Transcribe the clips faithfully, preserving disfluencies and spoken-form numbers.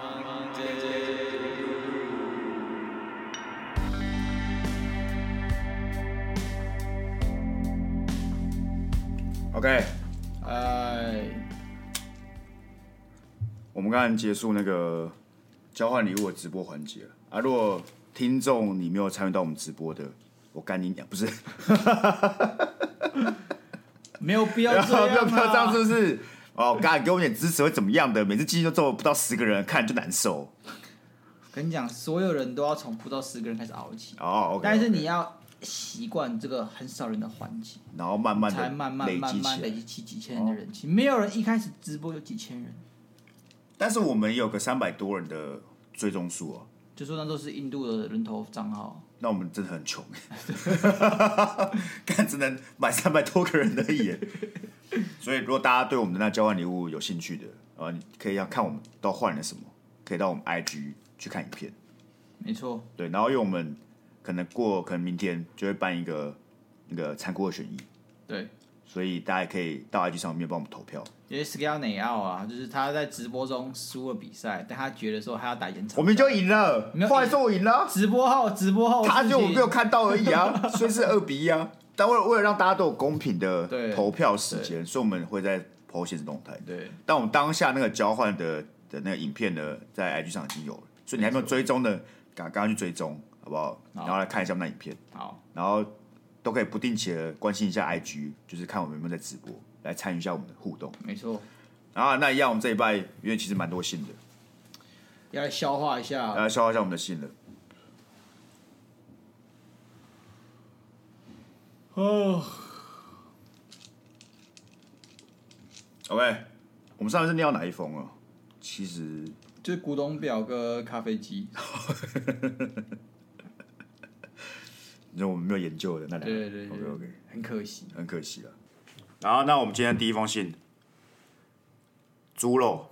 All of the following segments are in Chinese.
OK， 哎， 我们刚才结束那个交换礼物的直播环节了啊！如果听众你没有参与到我们直播的，我干你娘！不是， 没有必要这样、啊， 不要不要这样，是不是？哦，刚才给我们点支持会怎么样的？每次机器都做不到十个人，看就难受。 跟你讲，所有人都要从不到十个人开始熬起。 哦 ，OK， 但是你要习惯这个很少人的环节， 然后慢慢的才慢慢慢慢累积起几千人的人气。哦、没有人一开始直播有几千人， 但是我们有个三百多人的追踪数哦。 就说那都是印度的人头账号， 那我们真的很穷，干只能买三百多个人而已。所以如果大家对我们的那交换礼物有兴趣的，呃，你可以要看我们都换了什么，可以到我们 I G 去看影片。 没错， 对，然后因为我们可能过可能明天就会办一个那个残酷二选一， 对， 所以大家也可以到 I G 上面帮我们投票。 因为 Scal 内奥啊，就是他在直播中输了比赛，但他觉得说他要打延长， 我们就赢了，后来说我赢了， 直播后直播后， 他就我没有看到而已啊，所以是二比一啊。但为了为了让大家都有公平的投票时间，所以我们会在 P O 限时动态。 对， 但我们当下那个交换的的那个影片呢，在 I G 上已经有了，所以你还没有追踪的，赶赶快去追踪，好不好？然后来看一下我们那影片， 好， 然后都可以不定期的关心一下 I G， 就是看我们有没有在直播，来参与一下我们的互动。 没错。 然后那一样，我们这一拜因为其实蛮多信的， 要来消化一下， 要来消化一下我们的信了。哦。OK， 我们上一次念到哪一封啊？其实就是古董表跟咖啡机。 你说我们没有研究的那两个， 对对对 ，OK OK， 很可惜， 很可惜了。然后，那我们今天第一封信，猪肉，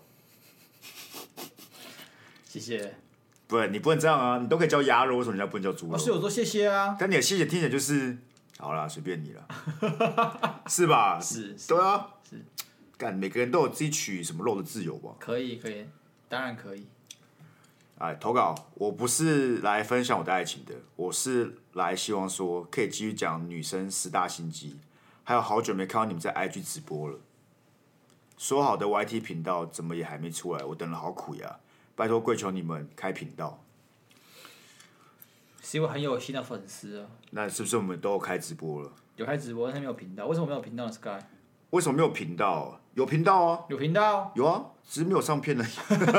谢谢。 不是你不能这样啊，你都可以叫鸭肉，为什么人家不能叫猪肉？ 我、哦、是有说谢谢啊， 但你的谢谢听起来就是好啦，随便你啦，是吧？ 是，是对啊， 是。 干，每个人都有自己取什么肉的自由吧？ 可以，可以，当然可以。 哎，投稿，我不是来分享我的爱情的，我是来希望说可以继续讲女生十大心机，还有好久没看到你们在 I G 直播了。说好的 Y T 频道怎么也还没出来，我等了好苦呀！拜托跪求你们开频道。 是因为很有心的粉丝啊。 那是不是我们都有开直播了？ 有开直播，但是没有频道。为什么没有频道呢 ？Sky？ 为什么没有频道？有频道啊， 有频道， 有啊，只是没有上片而已。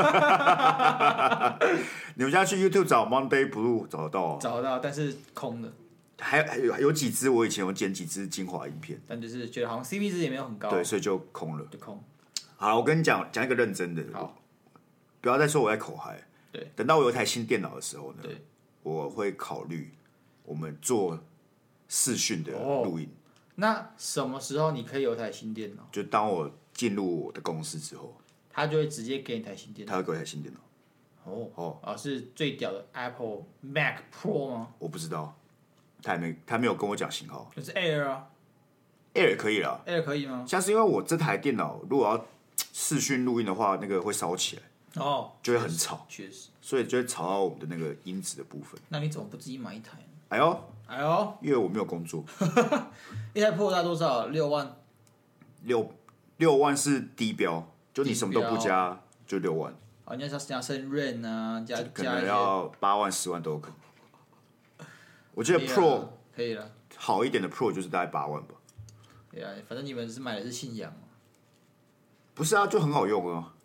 你们现在去 YouTube 找 Monday Blue 找得到、啊， 找得到，但是空的。 还还有有几支我以前有剪几支精华影片， 但就是觉得好像 C P 值也没有很高， 对，所以就空了， 就空。 好，我跟你讲讲一个认真的， 好， 不要再说我在口嗨。 对， 等到我有一台新电脑的时候呢， 对， 我会考虑我们做视讯的录音。 哦那什么时候你可以有台新电脑？ 就当我进入我的公司之后， 他就会直接给你台新电脑。 他会给我一台新电脑。 哦哦啊，是最屌的 Apple Mac Pro 吗？ 我不知道，他还没他没有跟我讲型号。 就是 Air 啊 ，Air 也可以啦。 Air 可以吗？ 像是因为我这台电脑如果要视讯录音的话，那个会烧起来， 哦， 就会很吵， 确实， 所以就会吵到我们的那个音质的部分。 那你怎么不自己买一台呢？ 哎呦， 哎呦， 因为我没有工作。 一台 Pro 大概多少？六万。 六六万是低标，就你什么都不加就六万。 哦，你要加升 RAM 啊，加可能要八万、十万都有可能。我记得 Pro 可以了， 好一点的 Pro 就是大概八万吧。 对啊，反正你们是买的是信仰嘛。 不是啊，就很好用啊。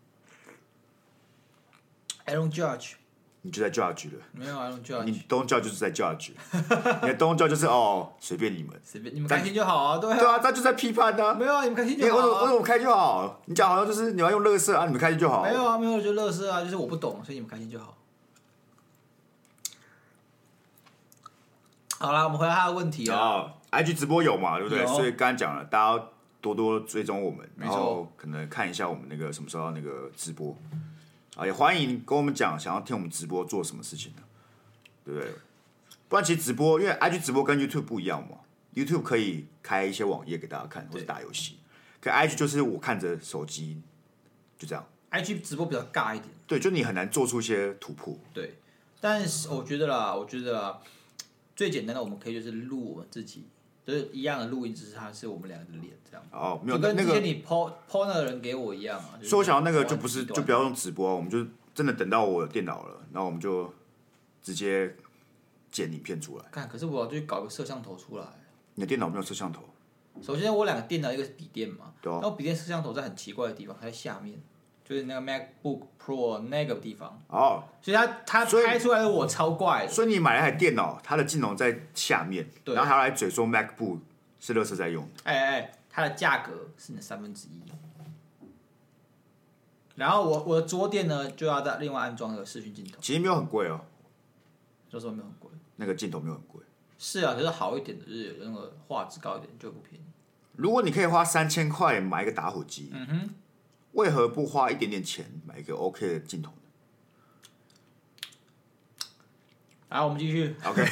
I don't judge。 你就在 judge 了。 没有 I don't judge。 你 don't judge 就是在 judge。你的 don't judge 就是哦，随便你们。 随便你们开心就好啊，对啊。 对啊，他就在批判啊。 没有啊，你们开心就好、啊。 为什么为什么开心就好？你讲好像就是你要用垃圾啊，你们开心就好。 没有啊，没有就垃圾啊，就是我不懂，所以你们开心就好。好啦，我们回答他的问题啊。 哦 I G 直播有嘛，对不对？所以刚才讲了，大家多多追踪我们， 然后可能看一下我们那个什么时候那个直播。啊，也欢迎跟我们讲，想要听我们直播做什么事情的，对不对？不然其实直播，因为 I G 直播跟 YouTube 不一样嘛 ，YouTube 可以开一些网页给大家看，或者打游戏，可 I G 就是我看着手机，就这样， I G 直播比较尬一点。 对，就你很难做出一些突破。 对，但是我觉得啦，我觉得啦，最简单的我们可以就是录我们自己，就是一样的录音，只是它是我们两个的脸这样。 哦，没有就跟那个之前你 po po 那个人给我一样啊。 所以我想要那个就不是就不要。 要用直播，我们就真的等到我有电脑了，然后我们就直接剪影片出来。 看，可是我要去搞个摄像头出来。 你的电脑没有摄像头？ 首先我两个电脑，一个是笔电嘛， 对啊、 然后笔电摄像头在很奇怪的地方，它在下面，就是那个 MacBook Pro 那个地方。 哦， 所以它它所以拍出来的我超怪的。 所以你买了一台电脑，它的镜头在下面， 对然后还要来嘴说 MacBook 是乐视在用。 哎哎哎，它的价格是你的三分之一。然后我我的桌垫呢，就要再另外安装个视讯镜头。 其实没有很贵哦， 说实话没有很贵。 那个镜头没有很贵。 是啊，可是好一点的，就是有那个画质高一点就不便宜。 如果你可以花三千块买一个打火机， 嗯哼， 为何不花一点点钱买一个 OK 的镜头呢？ 来，我们继续。 OK，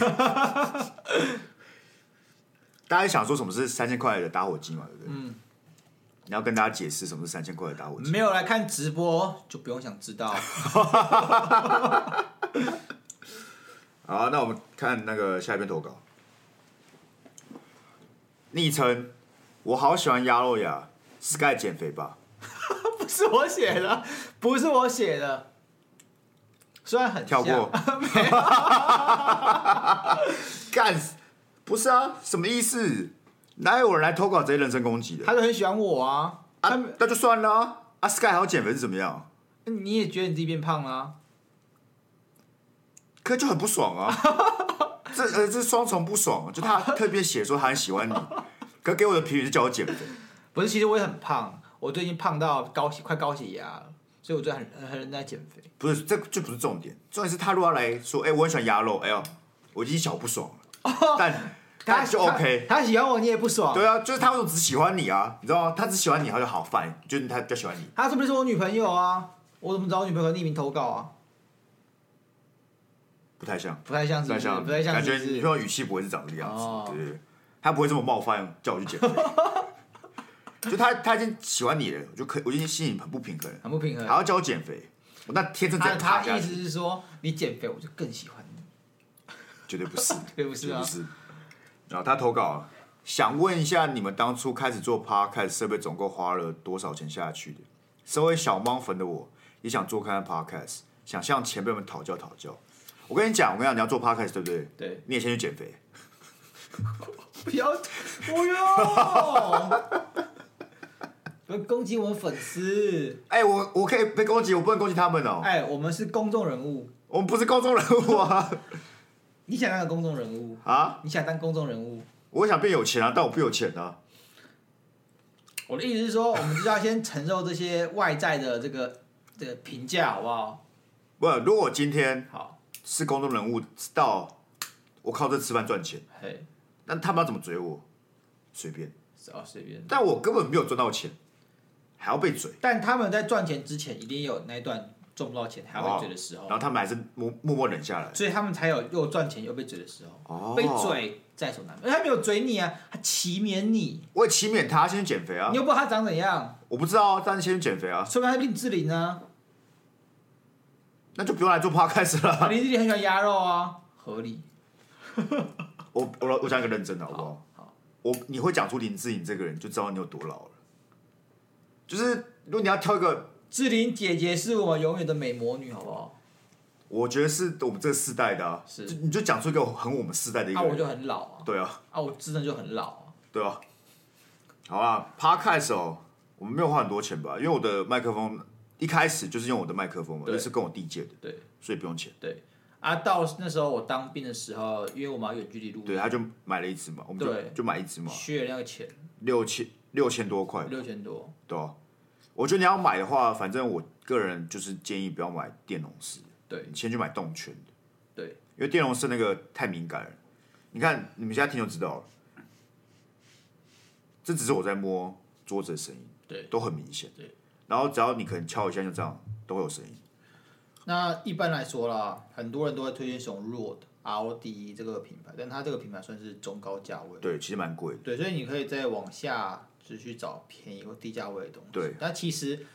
大家想说什么是三千块的打火机嘛？对不对？嗯。你要跟大家解释什么是三千块的打火机。 没有来看直播就不用想知道。 好，那我们看那个下一篇投稿。昵称我好喜欢鸭肉呀 ，Sky 减肥吧？ 不是我写的，不是我写的。虽然很跳过。干，不是啊，什么意思？哪有人来投稿这些人身攻击的？ 他就很喜欢我啊。 啊，那就算了啊。啊 ，Sky 还要减肥是怎么样？ 你也觉得你自己变胖了、啊？ 可就很不爽啊！这呃，这双重不爽，就他特别写说他很喜欢你，可给我的评语是叫我减肥。 不是，其实我也很胖，我最近胖到高血快高血压了，所以我最近很很很在减肥。 不是，这就不是重点，重点是他如果要来说，哎、欸，我很喜欢鸭肉，哎呦，我已经小不爽了，但他就 OK， 他, 他喜欢我，你也不爽。 对啊，就是他为什么只喜欢你啊？你知道吗？他只喜欢你，他就好烦，就是他比较喜欢你。 他是不是我女朋友啊？我怎么知道我女朋友匿名投稿啊？ 不太像， 不太像是不是， 不太像， 不太像是不是， 感觉女朋友语气不会是长这个样子， 哦、 对对对，他不会这么冒犯叫我去减肥。就他他已经喜欢你了，我就可我已经心里很不平衡， 很不平衡， 还要叫我减肥，我那天真这样他卡下去。 他意思是说，你减肥我就更喜欢你。 绝对不是， 绝对不是啊！ 不是。然后他投稿，想问一下你们当初开始做 podcast 设备总共花了多少钱下去的？身为小猫粉的我，也想做看看 podcast， 想向前辈们讨教讨教。我跟你讲，我跟你讲，你要做 podcast 对不对？ 对。 你也先去减肥。 不要，不要！不要攻击我们粉丝。 哎、欸，我我可以被攻击，我不能攻击他们哦。 哎、欸，我们是公众人物。 我们不是公众人物啊。 你想当个公众人物啊？ 你想当公众人物？ 我想变有钱啊，但我不有钱啊。 我的意思是说，我们就要先承受这些外在的这个这个评价，好不好？ 不，如果我今天好是公众人物，到我靠这吃饭赚钱， 嘿， 那他们要怎么追我？随便， 哦，随便。 但我根本没有赚到钱，还要被追。 但他们在赚钱之前，一定有那一段赚不到钱还要被追的时候， 然后他们还是默默默忍下来， 所以他们才有又赚钱又被追的时候。 哦， 被追在所难免，他没有追你啊，他欺免你。 我也欺免他，先去减肥啊。 你又不知道他长怎样， 我不知道，但是先去减肥啊。 说不定他是林志玲啊， 那就不用来做 podcast 了。 林志玲很喜欢鸭肉啊，合理。 我我我讲一个认真的好不好？ 好，好我你会讲出林志颖这个人，就知道你有多老了。就是如果你要挑一个， 志玲姐姐是我们永远的美魔女，好不好？ 我觉得是我们这个世代的啊， 是就你就讲出一个很我们世代的一个啊， 人， 我就很老啊。 对啊， 啊，我真的就很老啊。 对啊。好啦 Podcast 哦，我们没有花很多钱吧？因为我的麦克风一开始就是用我的麦克风嘛，就是跟我弟借的， 对， 所以不用钱。 对。啊，到那时候我当兵的时候，因为我们要远距离录音， 对，他就买了一支嘛，我们就就买一支嘛， 削那个钱， 六千六千多块， 六千多， 对啊。我觉得你要买的话，反正我个人就是建议不要买电容式， 对， 你先去买动圈的， 对， 因为电容式那个太敏感了。你看你们现在听就知道了，这只是我在摸桌子的声音， 对， 都很明显， 对。 然后只要你可能敲一下，就这样都会有声音。 那一般来说啦，很多人都会推荐使用 Rode R O D E 这个品牌，但它这个品牌算是中高价位， 对，其实蛮贵的。 对，所以你可以再往下只去找便宜或低价位的东西。 对， 但其实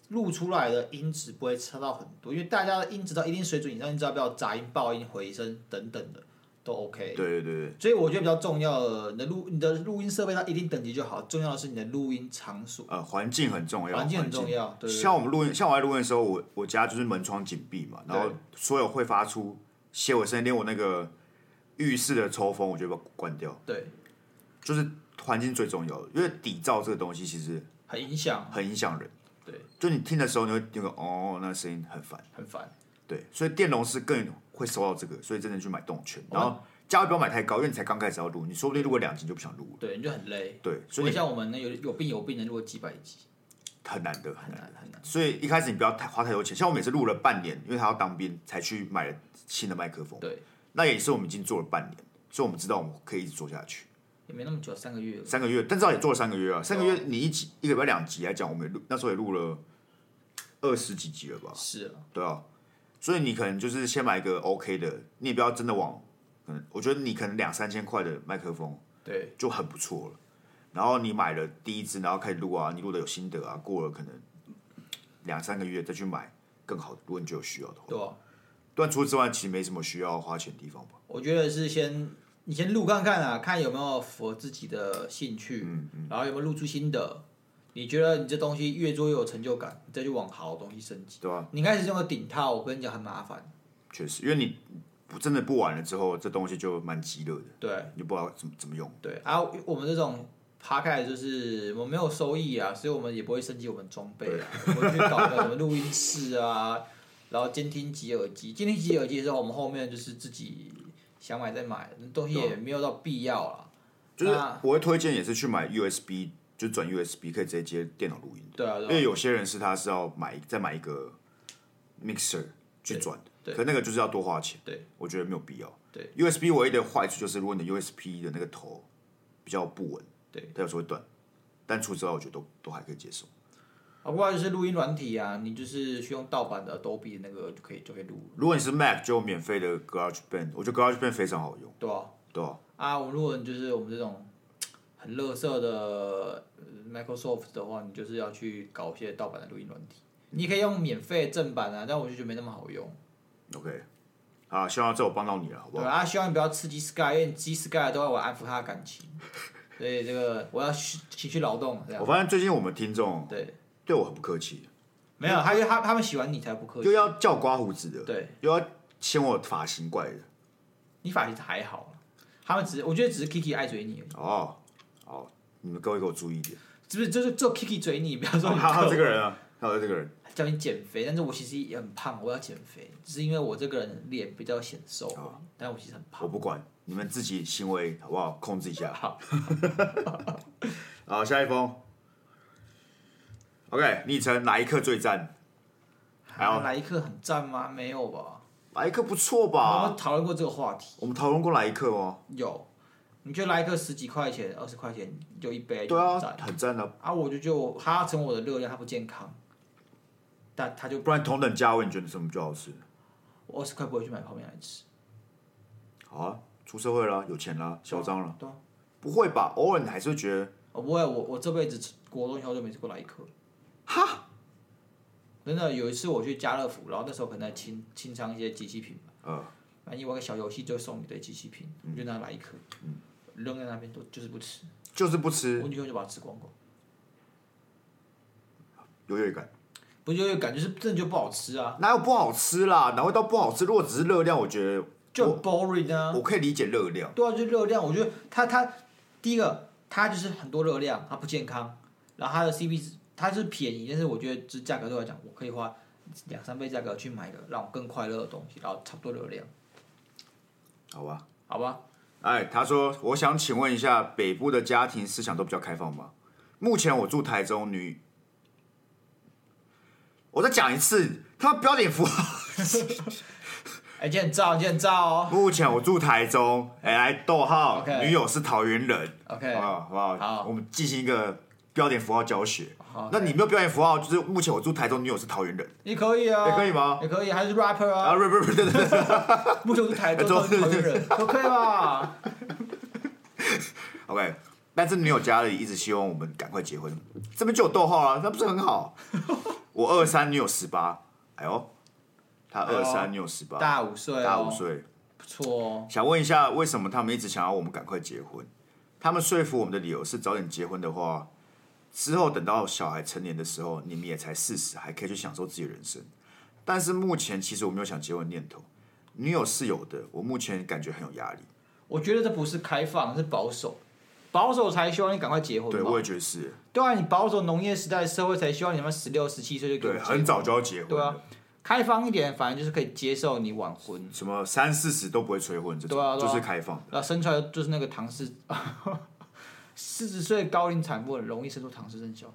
录出来的音质不会差到很多，因为大家的音质到一定水准以上，你知道不要杂音、爆音、回声等等的都 OK。 对对对。 所以我觉得比较重要的，你的录你的录音设备到一定等级就好，重要的是你的录音场所。 呃，环境很重要。 环境很重要。对对对。 像我们录音，像我在录音的时候，我我家就是门窗紧闭嘛，然后所有会发出些微声音，连我那个浴室的抽风，我就把它关掉。 对。 就是环境最重要的，因为底噪这个东西其实很影响， 很影响人。 对， 就你听的时候，你会听个哦，那声音很烦， 很烦。 对，所以电容是更会收到这个，所以真的去买动圈，然后价位不要买太高，因为你才刚开始要录，你说不定录个两集就不想录了。 对，你就很累。 对，所以像我们那有有病有病的录个几百集， 很难的， 很难很难。 所以一开始你不要太花太多钱，像我每次录了半年，因为他要当兵，才去买了新的麦克风。 对， 那也是我们已经做了半年，所以我们知道我们可以一直做下去。 也没那么久，三个月。 三个月，但至少也做了三个月啊！三个月你一集一个礼拜两集来讲，我们录那时候也录了二十几集了吧？ 是啊， 对啊，所以你可能就是先买一个 OK 的，你也不要真的往，可能我觉得你可能两三千块的麦克风， 对， 就很不错了。然后你买了第一支，然后开始录啊，你录的有心得啊，过了可能两三个月再去买更好的，如果你觉得有需要的话。 对啊。 但除此之外，其实没什么需要花钱的地方吧？ 我觉得是先。你先录看看啊，看有没有符合自己的兴趣， 嗯嗯、 然后有没有录出心得。你觉得你这东西越做越有成就感，你再去往好的东西升级。 对啊。 你开始用个顶套，我跟你讲很麻烦。 确实，因为你真的不玩了之后，这东西就蛮极乐的。 对。 你不知道怎么怎么用。 对啊，我们这种趴开就是我们没有收益啊，所以我们也不会升级我们装备啊，我们去搞个什么录音室啊，然后监听级耳机，监听级耳机的时候，我们后面就是自己。想买再买，东西也没有到必要啦。 就是我会推荐也是去买 U S B， 就转 U S B 可以直接接电脑录音的。 对啊， 因为有些人是他是要买再买一个 mixer 去转的，可那个就是要多花钱。 对， 我觉得没有必要。 对 ，U S B 唯一的坏处就是如果你的 U S B 的那个头比较不稳， 对， 它有时候会断。但除此之外，我觉得都都还可以接受。 啊，不过就是录音软体啊，你就是去用盗版的 Adobe 那个就可以就可以录。 如果你是 Mac，就有免费的 GarageBand， 我觉得 GarageBand 非常好用。 对啊， 对啊。 啊，我如果就是我们这种很垃圾的 Microsoft 的话，你就是要去搞一些盗版的录音软体。你可以用免费正版啊，但我就觉得没那么好用。 OK， 啊，希望这我帮到你了，好不好？ 对啊，希望你不要刺激 Sky， 因为你激 Sky 都要我安抚他的感情，所以这个我要情绪劳动。 我发现最近我们听众对。 对我很不客气， 没有，他他他们喜欢你才不客气， 又要叫刮胡子的， 对， 又要嫌我发型怪的。 你发型还好，他们只是我觉得只是 Kiki 爱追你而已。 哦，哦，你们各位给我注意一点， 是不是？就是只有 Kiki 追你，不要说你。 还有这个人啊，还有这个人叫你减肥，但是我其实也很胖，我要减肥，只是因为我这个人脸比较显瘦，哦、但我其实很胖。 我不管，你们自己行为好不好？控制一下。 好， 好，下一封。OK， 昵称哪一刻最赞？ 啊，哪一刻很赞吗？没有吧？ 哪一刻不错吧？ 我们讨论过这个话题。 我们讨论过哪一刻哦？ 有，你觉得来一克十几块钱、二十块钱就一杯， 对啊，很赞的。 啊，我就觉得它成我的热量，它不健康，但它就不然同等价位，你觉得什么最好吃？ 我二十块不会去买泡面来吃。 好啊，出社会了，有钱了，嚣张了。 对啊。 不会吧？偶尔你还是会觉得。 我不会，我我这辈子国中以后就没吃过来一克。 哈。 真的有一次我去家乐福，然后那时候可能在清清仓一些机器品嘛。 嗯。 反正我有个小游戏就会送你的机器品，我、嗯、就拿来一颗，嗯，扔在那边都就是不吃， 就是不吃， 我女朋友就把它吃光光， 优越感， 不是优越感，就是真的就不好吃啊。 哪有不好吃啦？哪会到不好吃？如果只是热量，我觉得就很 boring 啊。 我可以理解热量， 对啊，就热量，我觉得它它第一个它就是很多热量，它不健康，然后它的 C P 值它是便宜，但是我觉得这价格对我来讲，我可以花两三倍价格去买一个让我更快乐的东西，然后差不多热量。 好吧， 好吧。 哎，他说，我想请问一下，北部的家庭思想都比较开放吗？目前我住台中，女，我再讲一次，他标点符号。 哎，见照，见照哦。 目前我住台中，哎，来逗号， okay. 女友是桃园人 ，OK， 好不好？好不好？ 好， 我们进行一个标点符号教学。那你没有标点符号，就是目前我住台中，女友是桃园人。 你可以啊， 也可以吗？ 也可以，还是 rapper 啊？ 啊，不不不，对对对。 目前我是台中，桃园人，都可以吧 ？OK， 但是女友家里一直希望我们赶快结婚，这边就有逗号啊，那不是很好？ 我二三，你有十八，哎呦，他二三，你有十八， 大五岁哦， 大五岁， 不错哦。 想问一下，为什么他们一直想要我们赶快结婚？他们说服我们的理由是，早点结婚的话，之后等到小孩成年的时候，你们也才四十，还可以去享受自己的人生。但是目前其实我没有想结婚的念头，女友是有的，我目前感觉很有压力。 我觉得这不是开放，是保守，保守才希望你赶快结婚。 对，我也觉得是。 对啊，你保守农业时代的社会才希望你们十六、十七岁就给我结婚。 对，很早就要结婚。 对啊，开放一点，反正就是可以接受你晚婚。 什么三四十都不会催婚，这种对啊对啊就是开放的。 然后生出来就是那个唐氏，四十岁高龄产妇很容易生出唐氏症小孩。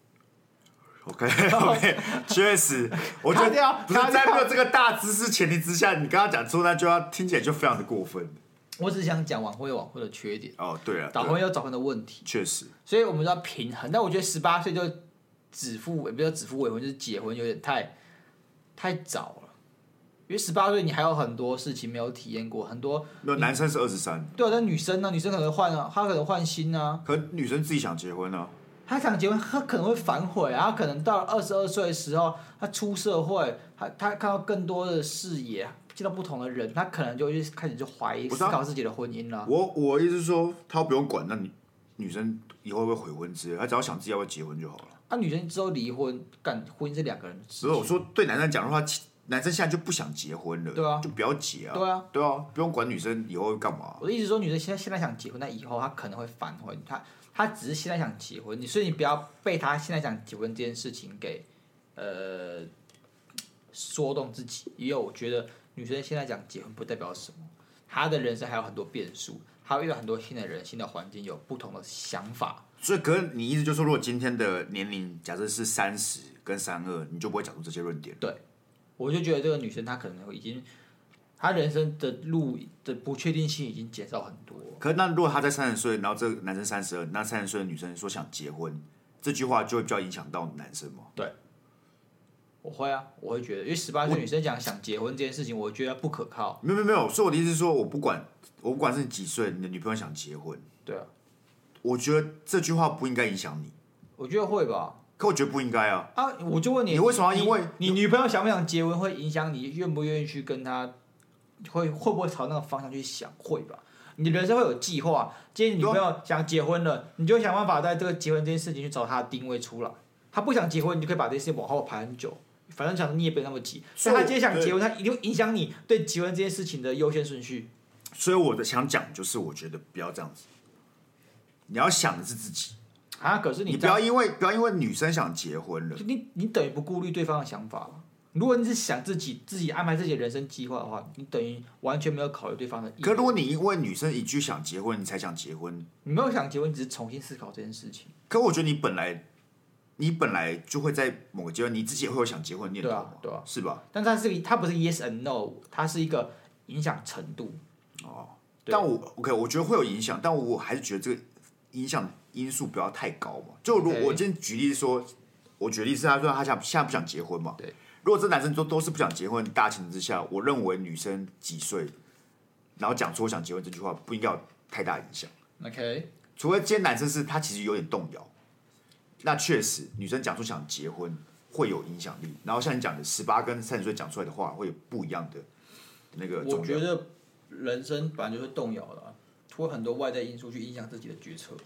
OK OK， 确实，我觉得不是在没有这个大知识前提之下，你刚刚讲出那就要听起来就非常的过分。 我只是想讲晚婚有晚婚的缺点， 哦，对了， 早婚有早婚的问题， 确实。 所以我们要平衡。但我觉得十八岁就指腹，也不叫指腹为婚，就是结婚有点太太早了。因为十八岁你还有很多事情没有体验过，很多。 没有，男生是二十三。 对啊，但女生呢？女生可能换啊，她可能换心啊。 可女生自己想结婚啊。 她想结婚，她可能会反悔啊。她可能到了二十二岁的时候，她出社会，她她看到更多的视野，见到不同的人，她可能就会开始就怀疑、思考自己的婚姻了。 我我意思是说，她不用管那女女生以后会不会悔婚之类，她只要想自己要不要结婚就好了。 啊，女生之后离婚，干婚姻是两个人的事情。 不是我说对男生讲的话，男生现在就不想结婚了， 对啊， 就不要结啊， 对啊， 对啊，不用管女生以后会干嘛。 我的意思是说，女生现在现在想结婚，但以后她可能会反悔，她她只是现在想结婚，你所以你不要被她现在想结婚这件事情给呃说动自己。因为我觉得女生现在讲结婚不代表什么，她的人生还有很多变数，她会遇到很多新的人、新的环境，有不同的想法。 所以，可是你意思就是说，如果今天的年龄假设是三十跟三二，你就不会讲出这些论点。 对，我就觉得这个女生她可能已经，她人生的路的不确定性已经减少很多。 可是那如果她在三十岁，然后这个男生三十二，那三十岁的女生说想结婚，这句话就会比较影响到男生嘛？ 对，我会啊，我会觉得，因为十八岁女生讲想结婚这件事情，我觉得不可靠。 没有没有没有，所以我的意思是说，我不管我不管是你几岁，你的女朋友想结婚， 对啊， 我觉得这句话不应该影响你。 我觉得会吧。 可我觉得不应该啊！ 啊，我就问你， 你为什么要因为你，你女朋友想不想结婚，会影响你愿不愿意去跟她，会会不会朝那个方向去想？会吧。你人生会有计划。今天你女朋友想结婚了，你就想办法在这个结婚这件事情去找她的定位出来。她不想结婚，你就可以把这件事情往后排很久。反正想你也不用那么急。所以她今天想结婚，她一定会影响你对结婚这件事情的优先顺序。 所以我的想讲就是，我觉得不要这样子。你要想的是自己。 啊！可是你你不要因为不要因为女生想结婚了， 你你等于不顾虑对方的想法了。如果你是想自己自己安排自己的人生计划的话，你等于完全没有考虑对方的意愿。 可如果你因为女生一句想结婚，你才想结婚， 你没有想结婚，你只是重新思考这件事情。 可我觉得你本来你本来就会在某个阶段，你自己也会有想结婚的念头嘛， 对啊，对啊， 是吧？ 但它是它不是 yes and no， 它是一个影响程度。 哦，但我 OK， 我觉得会有影响，但我还是觉得这个影响因素不要太高嘛。就如果我今天举例说，我举例是他说他想现在不想结婚嘛， 对。 如果这男生都都是不想结婚，大前提之下，我认为女生几岁，然后讲出我想结婚这句话，不应该有太大影响。 OK， 除非今天男生是他其实有点动摇，那确实女生讲出想结婚会有影响力。然后像你讲的，十八跟三十岁讲出来的话会有不一样的那个重量。 我觉得人生本来就会动摇的、啊，会很多外在因素去影响自己的决策。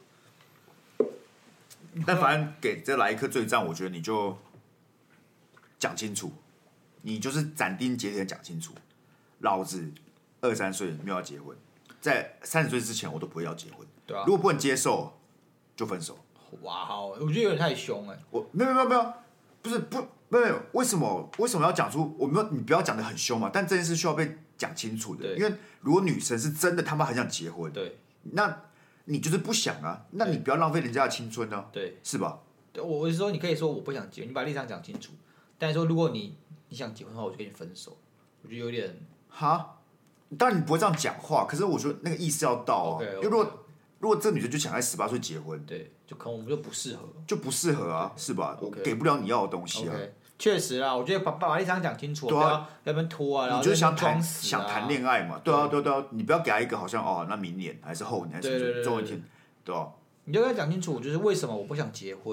但反正给这来一颗罪战，我觉得你就讲清楚，你就是斩钉截铁的讲清楚，老子二三岁没有要结婚，在三十岁之前我都不会要结婚。 对啊， 如果不能接受，就分手。 哇，好，我觉得有点太凶哎、欸。 我没有没有没有，不是不没有没有，为什么为什么要讲出？我没有，你不要讲的很凶嘛。但这件事需要被讲清楚的，因为如果女生是真的他妈很想结婚， 对， 那你就是不想啊，那你不要浪费人家的青春啊， 对， 是吧？ 对，我我是说，你可以说我不想结，你把立场讲清楚。但是说，如果你你想结婚的话，我就跟你分手。我觉得有点哈，当然你不会这样讲话，可是我觉得那个意思要到啊。 Okay, okay. 因为如果如果这个女生就想在十八岁结婚， 对，就可能我们就不适合， 就不适合啊，是吧？ Okay. 我给不了你要的东西啊。 Okay. 确实啦，我觉得把把立场讲清楚， 对啊， 不要在那边拖啊，然后你就想谈、 啊、想谈恋爱嘛，对啊，对啊对啊，你不要给他一个好像哦，那明年还是后年还是什么总有一天，对吧、啊？ 你就跟他讲清楚，就是为什么我不想结婚，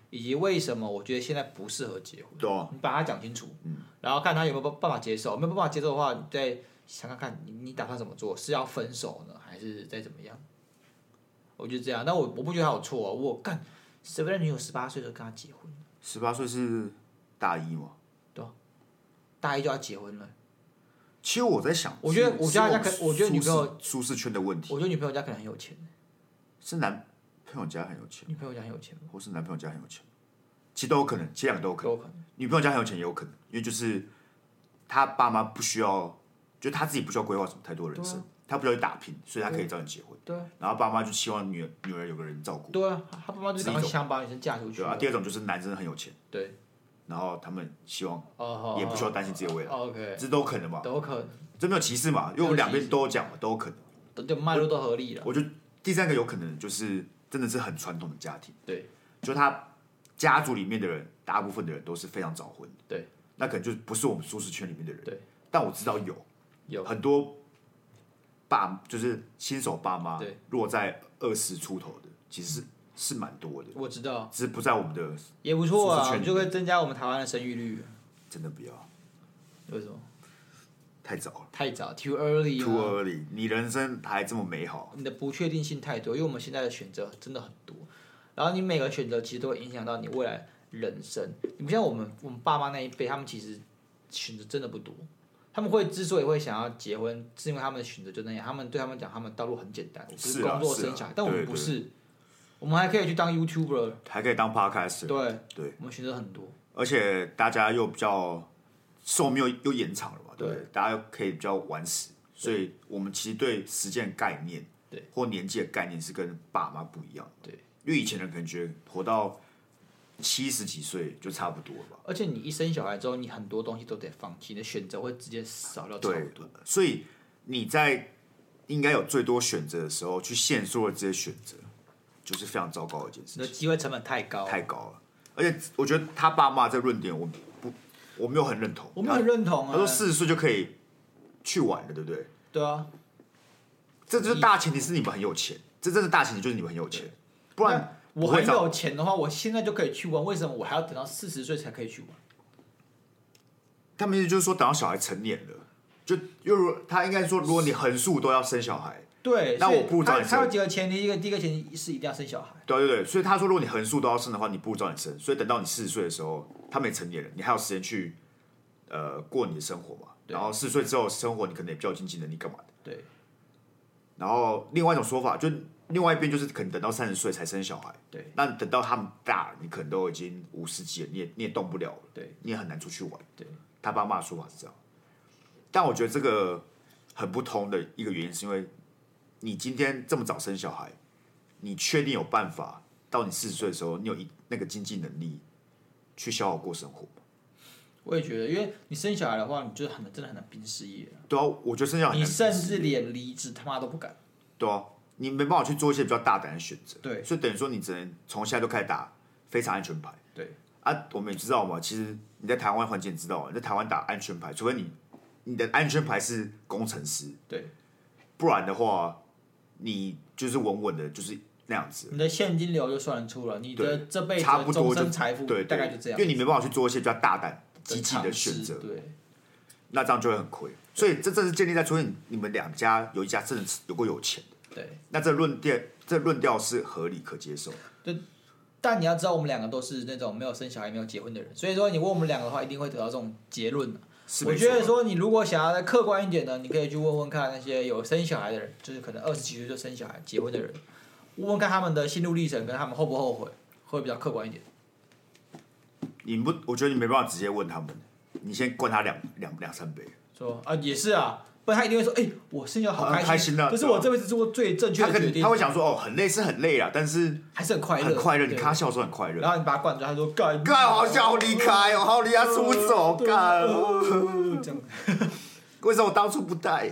以及为什么我觉得现在不适合结婚。 对啊， 你把它讲清楚， 嗯， 然后看他有没有办法接受，没有办法接受的话，你再想看看你你打算怎么做，是要分手呢，还是再怎么样？我觉得这样，但我我不觉得他有错、啊，我干，谁不让女友十八岁就跟他结婚？ 十八岁是大一嘛？ 对啊，大一就要结婚了。 其实我在想， 我觉得我觉得他可，我觉得女朋友舒适圈的问题， 我觉得女朋友家可能很有钱， 是男朋友家很有钱， 女朋友家很有钱， 或是男朋友家很有钱，其实都有可能，其实两个都有可能。 都有可能。 女朋友家很有钱也有可能，因为就是他爸妈不需要，就他自己不需要规划什么太多人生， 啊、 他不需要去打拼，所以他可以早点结婚。 对、啊。 然后爸妈就希望女儿女儿有个人照顾。 对啊，他爸妈就赶快想把女生嫁出去。 对啊，第二种就是男生很有钱。 对。 然后他们希望哦， 也不需要担心自己的未来。 哦、OK。 这都有可能嘛？ 都有可能。 这没有歧视嘛？因为我们两边都有讲嘛，都有可能。 就脉络都合理了。 我觉得第三个有可能就是真的是很传统的家庭。 对。 就他家族里面的人，大部分的人都是非常早婚的。 对。 那可能就不是我们舒适圈里面的人。 对。 但我知道有。 有。 很多爸就是新手爸妈， 对， 落在二十出头的，其实是是蛮多的。 我知道。 只是不在我们的也不错啊，就会增加我们台湾的生育率。 真的不要。 为什么？ 太早了。 太早 ，too early。 too early， 你人生还这么美好。 你的不确定性太多，因为我们现在的选择真的很多，然后你每个选择其实都会影响到你未来人生。你不像我们，我们爸妈那一辈，他们其实选择真的不多。他们会之所以会想要结婚，是因为他们的选择就那样。他们对他们讲，他们道路很简单，就是工作生小孩。但我们不是，我们还可以去当 YouTuber， 还可以当 Podcaster。 对对， 我们选择很多， 而且大家又比较寿命又又延长了嘛，对不对？大家又可以比较晚死，所以我们其实对时间的概念， 对， 或年纪的概念是跟爸妈不一样的。 对， 因为以前人可能觉得活到七十几岁就差不多了吧。 而且你一生小孩之后，你很多东西都得放弃，你的选择会直接少掉超多。 所以你在应该有最多选择的时候，去限缩了这些选择，就是非常糟糕的一件事情。 你的机会成本太高， 太高了。而且我觉得他爸妈这个论点，我不，我没有很认同。 我没有很认同啊。 他说四十岁就可以去玩了，对不对？ 对啊。 这就是大前提是你们很有钱，这真的大前提就是你们很有钱，不然我很有钱的话，我现在就可以去玩，为什么我还要等到四十岁才可以去玩？ 他们意思就是说，等到小孩成年了，就又如他应该说，如果你横竖都要生小孩， 对， 那我不如早点生。 他有几个前提，一个第一个前提是一定要生小孩。 对对对，所以他说，如果你横竖都要生的话，你不如早点生。所以等到你四十岁的时候，他们也成年了，你还有时间去呃过你的生活嘛。然后四十岁之后生活，你可能也比较有经济能力，干嘛的？ 对。 然后另外一种说法，就另外一边就是可能等到三十岁才生小孩。 对。 那等到他们大了，你可能都已经五十几了，你也你也动不了了。 对。 你也很难出去玩。 对。 他爸妈的说法是这样，但我觉得这个很不通的一个原因，是因为你今天这么早生小孩，你确定有办法到你四十岁的时候，你有一那个经济能力去消耗过生活吗？ 我也觉得，因为你生小孩的话，你就很难，真的很难拼事业。 对啊，我觉得生小孩很难拼事业， 你甚至连离职他妈都不敢。 对啊，你没办法去做一些比较大胆的选择。 对， 所以等于说你只能从现在就开始打非常安全牌。 对啊，我们也知道嘛，其实你在台湾环境知道，你在台湾打安全牌，除非你你的安全牌是工程师， 对， 不然的话，你就是稳稳的，就是那样子。 你的现金流就算得出了，你的这辈子差不多终身财富对大概就这样， 因为你没办法去做一些比较大胆、积极的选择， 对， 那这样就会很亏。所以这正是建立在除非你你们两家有一家真的有够有钱的， 对， 那这论调这论调是合理可接受。 对。但你要知道，我们两个都是那种没有生小孩、没有结婚的人，所以说你问我们两个的话，一定会得到这种结论的。我觉得说，你如果想要再客观一点呢，你可以去问问看那些有生小孩的人，就是可能二十几岁就生小孩、结婚的人，问问看他们的心路历程跟他们后不后悔，会比较客观一点。 你不，我觉得你没办法直接问他们，你先灌他两两两三杯。 说啊，也是啊。不然他一定会说：“哎、欸，我生小孩好开心， 开心的， 这是我这辈子做过最正确的决定。” 他会想说：“哦，很累是很累啊，但是还是很快乐， 很快乐。你看他笑的时候很快乐。” 然后你把他灌醉，他说：“干干，好想好离开哦，好离他出手，干。” 这样， 为什么我当初不带？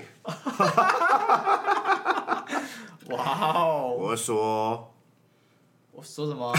哇哦！ 我说， 我说什么？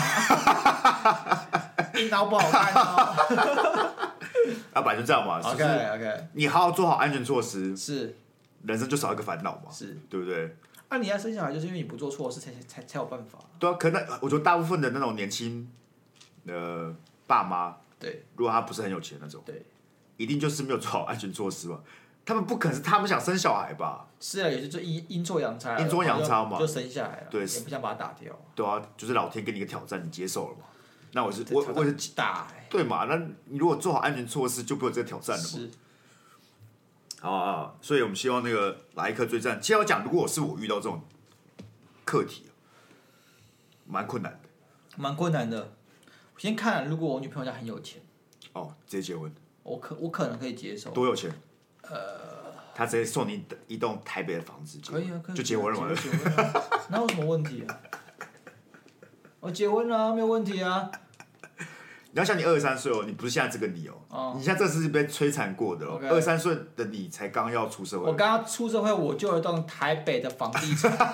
硬刀不好看哦。 啊，本来就这样嘛。 OK OK。 你好好做好安全措施， 是， 人生就少一个烦恼嘛， 是， 对不对？ 啊，你要生小孩，就是因为你不做错事才才才有办法。 对啊，可能我觉得大部分的那种年轻呃爸妈， 对， 如果他不是很有钱那种， 对， 一定就是没有做好安全措施嘛。他们不可能是他们想生小孩吧？ 是啊，也是就阴阴错阳差， 阴错阳差嘛， 就生下来了， 对， 也不想把它打掉。 对啊，就是老天给你一个挑战，你接受了嘛？那我是我我是大、欸， 对嘛？那你如果做好安全措施，就不会有这个挑战了嘛。 是。 好啊，所以我们希望那个来一颗追战。其实要讲，如果是我遇到这种课题，蛮困难的。 蛮困难的。我先看，如果我女朋友家很有钱， 哦，直接结婚， 我可我可能可以接受。 多有钱？呃，他直接送你一栋台北的房子， 可以啊，可以就结婚了嘛？ 结婚啊，那有什么问题啊？我结婚了、啊，没有问题啊。 你要像你二十三岁哦，你不是现在这个你哦，哦你现在这是被摧残过的哦。二十三岁的你才刚要出社会。 我刚刚出社会，我就有一栋台北的房地产。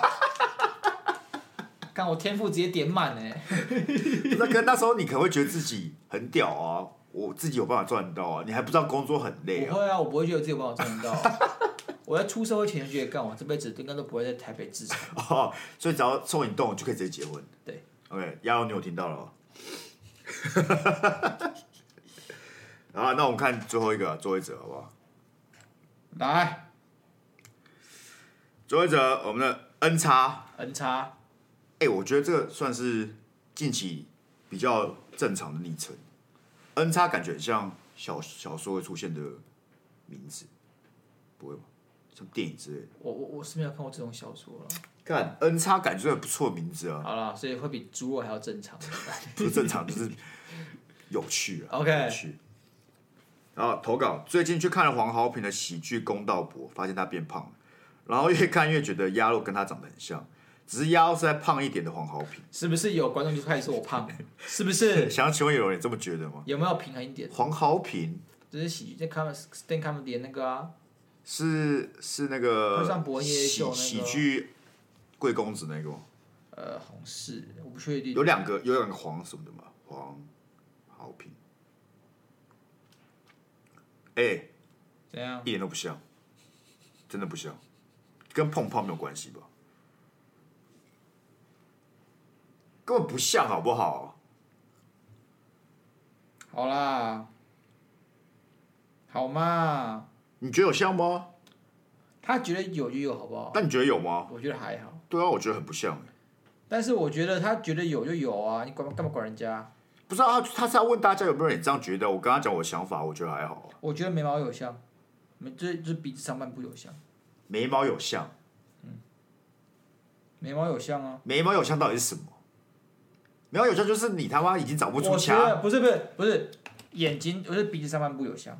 看我天赋直接点满哎！ 那可那时候你可能会觉得自己很屌啊，我自己有办法赚到啊，你还不知道工作很累啊。不会啊，我不会觉得自己有办法赚到、啊。我在出社会前就觉得，干我这辈子应该都不会在台北自产。 哦，所以只要送你动就可以直接结婚。 对 ，OK， 丫头你有听到了吗？好，那我们看最后一个，最后一则好不好？ 来， 最后一则我们的 N 叉 N 叉。 哎、欸，我觉得这个算是近期比较正常的昵称。N 叉感觉很像小小说会出现的名字，不会吗？像电影之类的。 我我我是没有看过这种小说了。 看 N 叉感觉很不错的名字啊。 好了，所以会比猪肉还要正常。 不是正常，就是有趣啊。 OK。 有趣。然后投稿，最近去看了黄豪平的喜剧《公道伯》，发现他变胖了，然后越看越觉得鸭肉跟他长得很像。只是鸭肉是在胖一点的黄豪平， 是不是有观众就开始说我胖？是不是？ 想要请问有人这么觉得吗？ 有没有平衡一点？ 黄豪平， 这是喜剧，在 com stand comedy 那个啊， 是是那个上伯恩夜秀那个喜剧贵公子那个吗？ 呃，好像是，我不确定。 有两个，有两个黄什么的嘛？黄豪平，哎、欸， 怎样？ 一点都不像，真的不像，跟碰胖没有关系吧？根本不像，好不好？ 好啦，好嘛。 你觉得有像吗？ 他觉得有就有，好不好？ 但你觉得有吗？ 我觉得还好。 对啊，我觉得很不像。 但是我觉得他觉得有就有啊，你管干嘛管人家？ 不是啊，他他是要问大家有没有人这样觉得。我跟他讲我的想法，我觉得还好、啊。 我觉得眉毛有像，就是就是鼻子上半部有像。 眉毛有像。 嗯。眉毛有像啊。 眉毛有像到底是什么？眉毛有像就是你他妈已经找不出掐。 我觉得不是不是不是，眼睛不是鼻子上半部有像。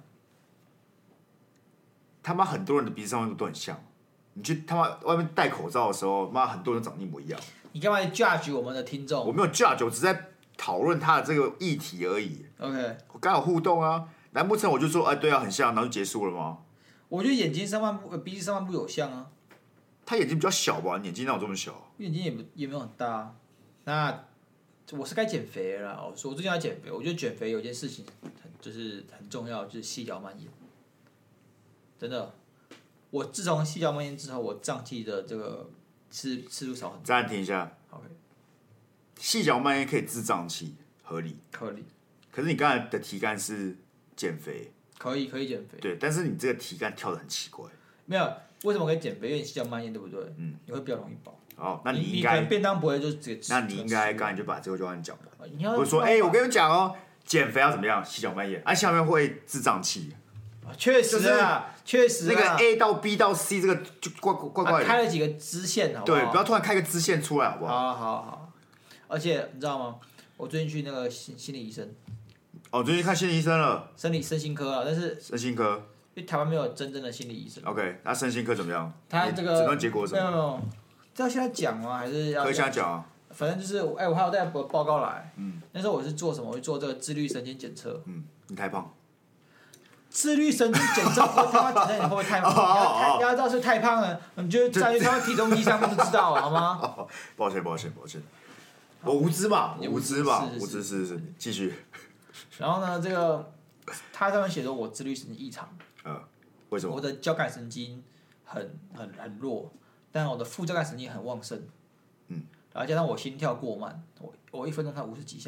他妈很多人的鼻子上半部都很像。你去他妈外面戴口罩的时候，妈很多人长得一模一样。 你干嘛 judge 我们的听众？ 我没有 judge， 我只是在讨论他的这个议题而已。 OK。 我刚好互动啊，难不成我就说，哎，对啊，很像，然后就结束了吗？ 我觉得眼睛上半部、呃、鼻子上半部有像啊。 他眼睛比较小吧？眼睛哪有这么小？ 眼睛也也没有很大、啊。那我是该减肥了啦。我说我最近要减肥，我觉得减肥有一件事情很就是很重要，就是细嚼慢咽。真的，我自从细嚼慢咽之后，我胀气的这个次次数少很多。 暂停一下。 OK。 细嚼慢咽可以治胀气，合理。 合理。 可是你刚才的题干是减肥。 可以可以减肥。 对，但是你这个题干跳得很奇怪。 没有，为什么可以减肥？因为你细嚼慢咽，对不对？ 嗯。 你会比较容易饱。 哦，那你应该。 你可能便当不会就直接吃。 那你应该刚才就把这个就按讲吧。 你要。 我说，哎、欸，我跟你讲哦，减肥要怎么样？细嚼慢咽，啊，下面会治胀气。 确实啊，确实、啊。 那个 A 到 B 到 C 这个就怪怪怪的、 啊。开了几个支线，好不好？ 对，不要突然开个支线出来，好不好？好好好。而且你知道吗？我最近去那个心心理医生。 哦，最近看心理医生了。 生理身心科啊，但是。 身心科。 因为台湾没有真正的心理医生。 OK， 那身心科怎么样？ 他这个诊断结果怎么样？ 没有没有，这要现在讲吗？还是要？ 可以现在讲啊。 反正就是，哎、欸，我还有带报报告来。 嗯。 那时候我是做什么？我会做这个自律神经检测。 嗯，你太胖。 自律神经检测，他妈检测你会不会太胖？你要知道是太胖了，你就站去他们体重机上面就知道了，好吗？ 抱歉抱歉抱歉，我无知嘛，无知嘛，无知是是，继续。 然后呢，这个他上面写说我自律神经异常。 呃，为什么？ 我的交感神经很很很弱，但我的副交感神经很旺盛。 嗯。 然后加上我心跳过慢，我我一分钟才五十几下而已。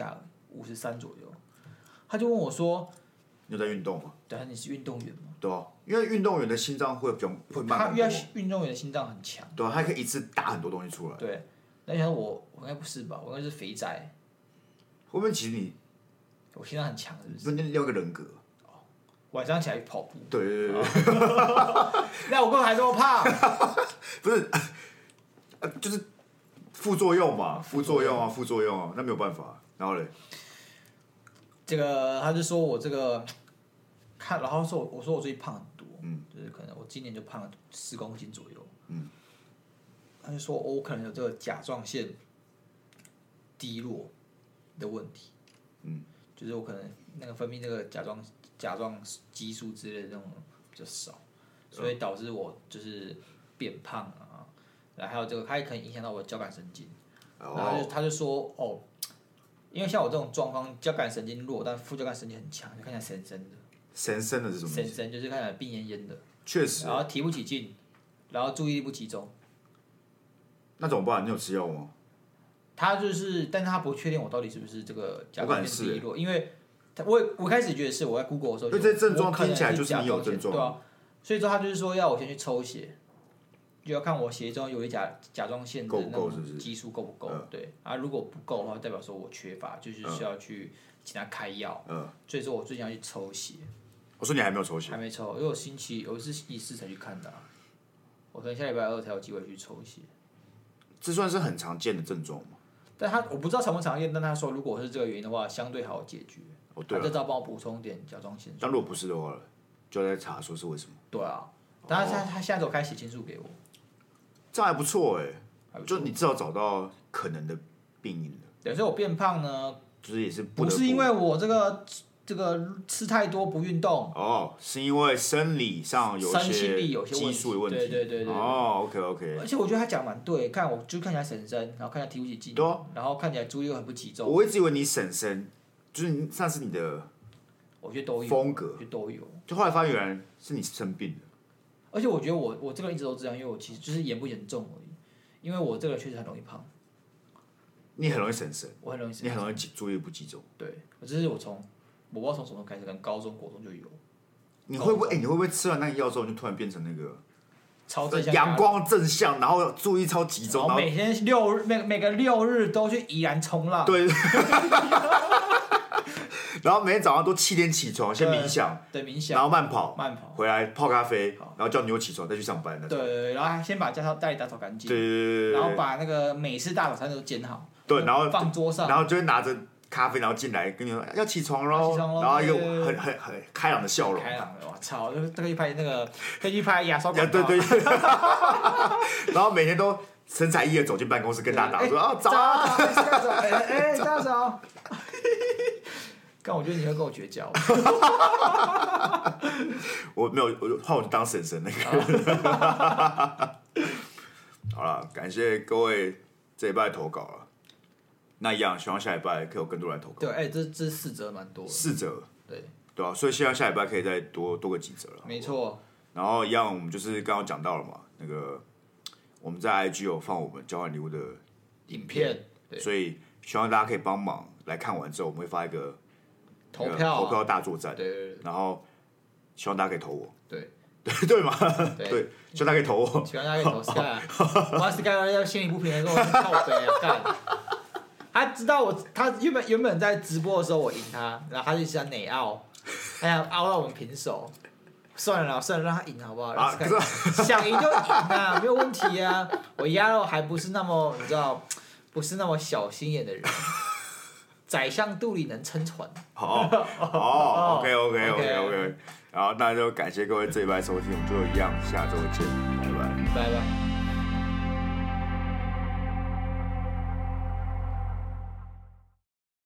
五十三左右。他就问我说：“ 你有在运动吗？” 对啊，你是运动员吗？ 对啊，因为运动员的心脏会比较会慢很多。 他因为运动员的心脏很强。 对啊，他可以一次打很多东西出来。 对，那你想我我应该不是吧？我应该是肥宅。 会不会其实你我心脏很强，是不是？ 那另外一个人格。 晚上起来跑步。 对对对对。 那我根本还这么胖。 不是，呃，就是副作用嘛，副作用啊，副作用啊，那没有办法。然后嘞， 这个他就说我这个看，然后说我我说我最近胖很多， 嗯， 就是可能我今年就胖了十公斤左右， 嗯， 他就说、哦、我可能有这个甲状腺低落的问题， 嗯， 就是我可能那个分泌那个甲状甲状激素之类的那种比较少，所以导致我就是变胖啊，然后还有这个它也可能影响到我的交感神经，然后他就他就说哦。因为像我这种状况，交感神经弱，但副交感神经很强，就看起来神神的。 神神的是什么？ 神神就是看起来病恹恹的。 确实。 然后提不起劲，然后注意力不集中。 那怎么办？你有吃药吗？ 他就是，但是他不确定我到底是不是这个甲状腺低落， 欸、 因为我我开始觉得是我在 Google 的时候， 因为这些症状听起来就是你有症状， 对啊，所以说他就是说要我先去抽血。就要看我血中有一甲甲状腺的那种激素够不够，对啊，如果不够的话，代表说我缺乏，就是需要去请他开药。嗯，所以说我最近要去抽血。 我说你还没有抽血？ 还没抽，因为我星期我是星期四才去看的、啊，我可能下礼拜二才有机会去抽血。 这算是很常见的症状吗？ 但他我不知道常不常见，但他说如果是这个原因的话，相对好解决。 哦，对、啊。 他这招帮我补充点甲状腺素。 但如果不是的话，就要再查说是为什么。 对啊，但他他他现在都开血清素给我。 这还不错哎，就你至少找到可能的病因了。 对，所以我变胖呢， 就是也是不不是因为我这个这个吃太多不运动哦，是因为生理上有身心力有些激素的问题。 对对对对。 哦 ，OK OK。 而且我觉得他讲蛮对，看我就看起来神神，然后看起来提不起劲，对、啊，然后看起来注意力很不集中。 我一直以为你婶婶就是你算是你的， 我觉得都有风格， 我觉得都有。 就后来发现原来是你生病了。 而且我觉得我我这个人一直都这样，因为我其实就是严不严重而已。因为我这个人确实很容易胖， 你很容易神神， 我很容易神神， 你很容易注意力不集中。 对，这是我从我不知道从什么时候开始，可能高中、国中就有。 你会不会？哎、欸，你会不会吃完那个药之后，就突然变成那个超正向、 阳光正向，然后注意超集中， 然后每天六日每每个六日都去宜兰冲浪？ 对。然后每天早上都七点起床，先冥想， 对冥想， 然后慢跑， 慢跑， 回来泡咖啡，然后叫牛起床再去上班。 对对对，然后还先把家家里打扫干净， 对对对， 然后把那个美式大早餐都煎好， 对，然后放桌上， 然后就会拿着咖啡，然后进来跟你说要起床喽，然后又很很很开朗的笑容， 开朗的，我操，就可以拍那个可以去拍牙刷广告， 对对对，然后每天都神采奕奕走进办公室跟大家打说啊早啊， 哎哎大家早。但我觉得你会跟我绝交。 我没有，我换我去当婶婶那个。好了，感谢各位这一拜投稿了。那一样，希望下礼拜可以有更多人投稿。 对，哎、欸，这这四折蛮多的。 四折。 对。 对啊，所以希望下礼拜可以再多多个几折了。 没错。 然后一样，我们就是刚刚讲到了嘛，那个我们在 I G 有放我们交换礼物的影片， 对， 所以希望大家可以帮忙来看完之后，我们会发一个。 投票、啊、 投票大作战， 对对对， 然后希望大家可以投我， 对对对嘛， 对， 对，希望大家可以投我， 希望大家可以投 Sky， 我 Sky 要心里不平衡，跟我靠北啊干，他知道我，他原本原本在直播的时候我赢他，然后他就想内傲，他想凹到我们平手，算了啦，算了，让他赢好不好？ 啊， 想赢就赢啊，没有问题啊，我鸭肉还不是那么你知道，不是那么小心眼的人。宰相肚里能撑船。 好，好 ，OK OK OK OK， 然后那就感谢各位这一拜收听，我们就一样，下周见，拜拜， 拜拜。